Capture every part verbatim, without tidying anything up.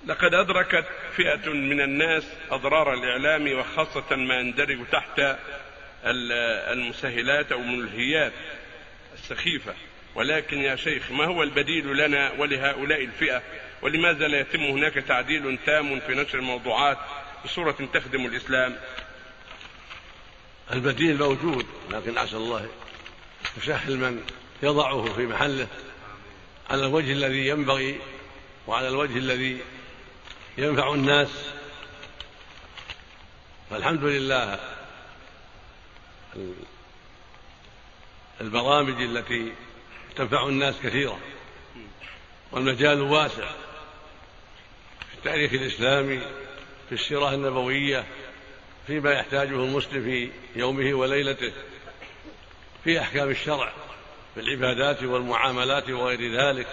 لقد أدركت فئة من الناس أضرار الإعلام، وخاصة ما يندرج تحت المسهلات أو الملهيات السخيفة. ولكن يا شيخ، ما هو البديل لنا ولهؤلاء الفئة؟ ولماذا لا يتم هناك تعديل تام في نشر الموضوعات بصورة تخدم الإسلام؟ البديل موجود، لكن عسى الله يسهل من يضعه في محله على الوجه الذي ينبغي وعلى الوجه الذي ينفع الناس. فالحمد لله البرامج التي تنفع الناس كثيرة، والمجال واسع في التاريخ الإسلامي، في السيرة النبوية، فيما يحتاجه المسلم في يومه وليلته، في أحكام الشرع، في العبادات والمعاملات وغير ذلك،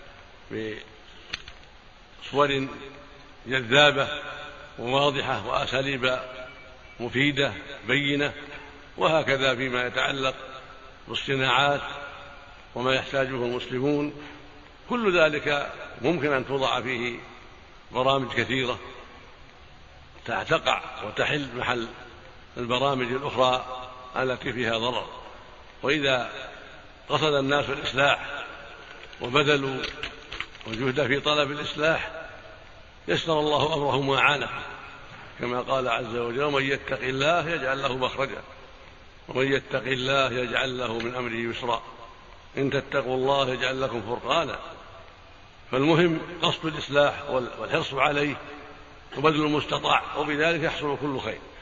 بصور جذابة وواضحة وأساليب مفيدة بينة، وهكذا فيما يتعلق بالصناعات وما يحتاجه المسلمون. كل ذلك ممكن أن توضع فيه برامج كثيرة تقع وتحل محل البرامج الأخرى التي فيها ضرر. وإذا قصد الناس الإصلاح وبذلوا وجهد في طلب الإصلاح يسر الله أمرهم وأعانهم، كما قال عز وجل: ومن يتق الله يجعل له مخرجا ومن يتق الله يجعل له من أمره يسرا إن تتقوا الله يجعل لكم فرقانا. فالمهم قصد الإصلاح والحرص عليه وبذل المستطاع، وبذلك يحصل كل خير.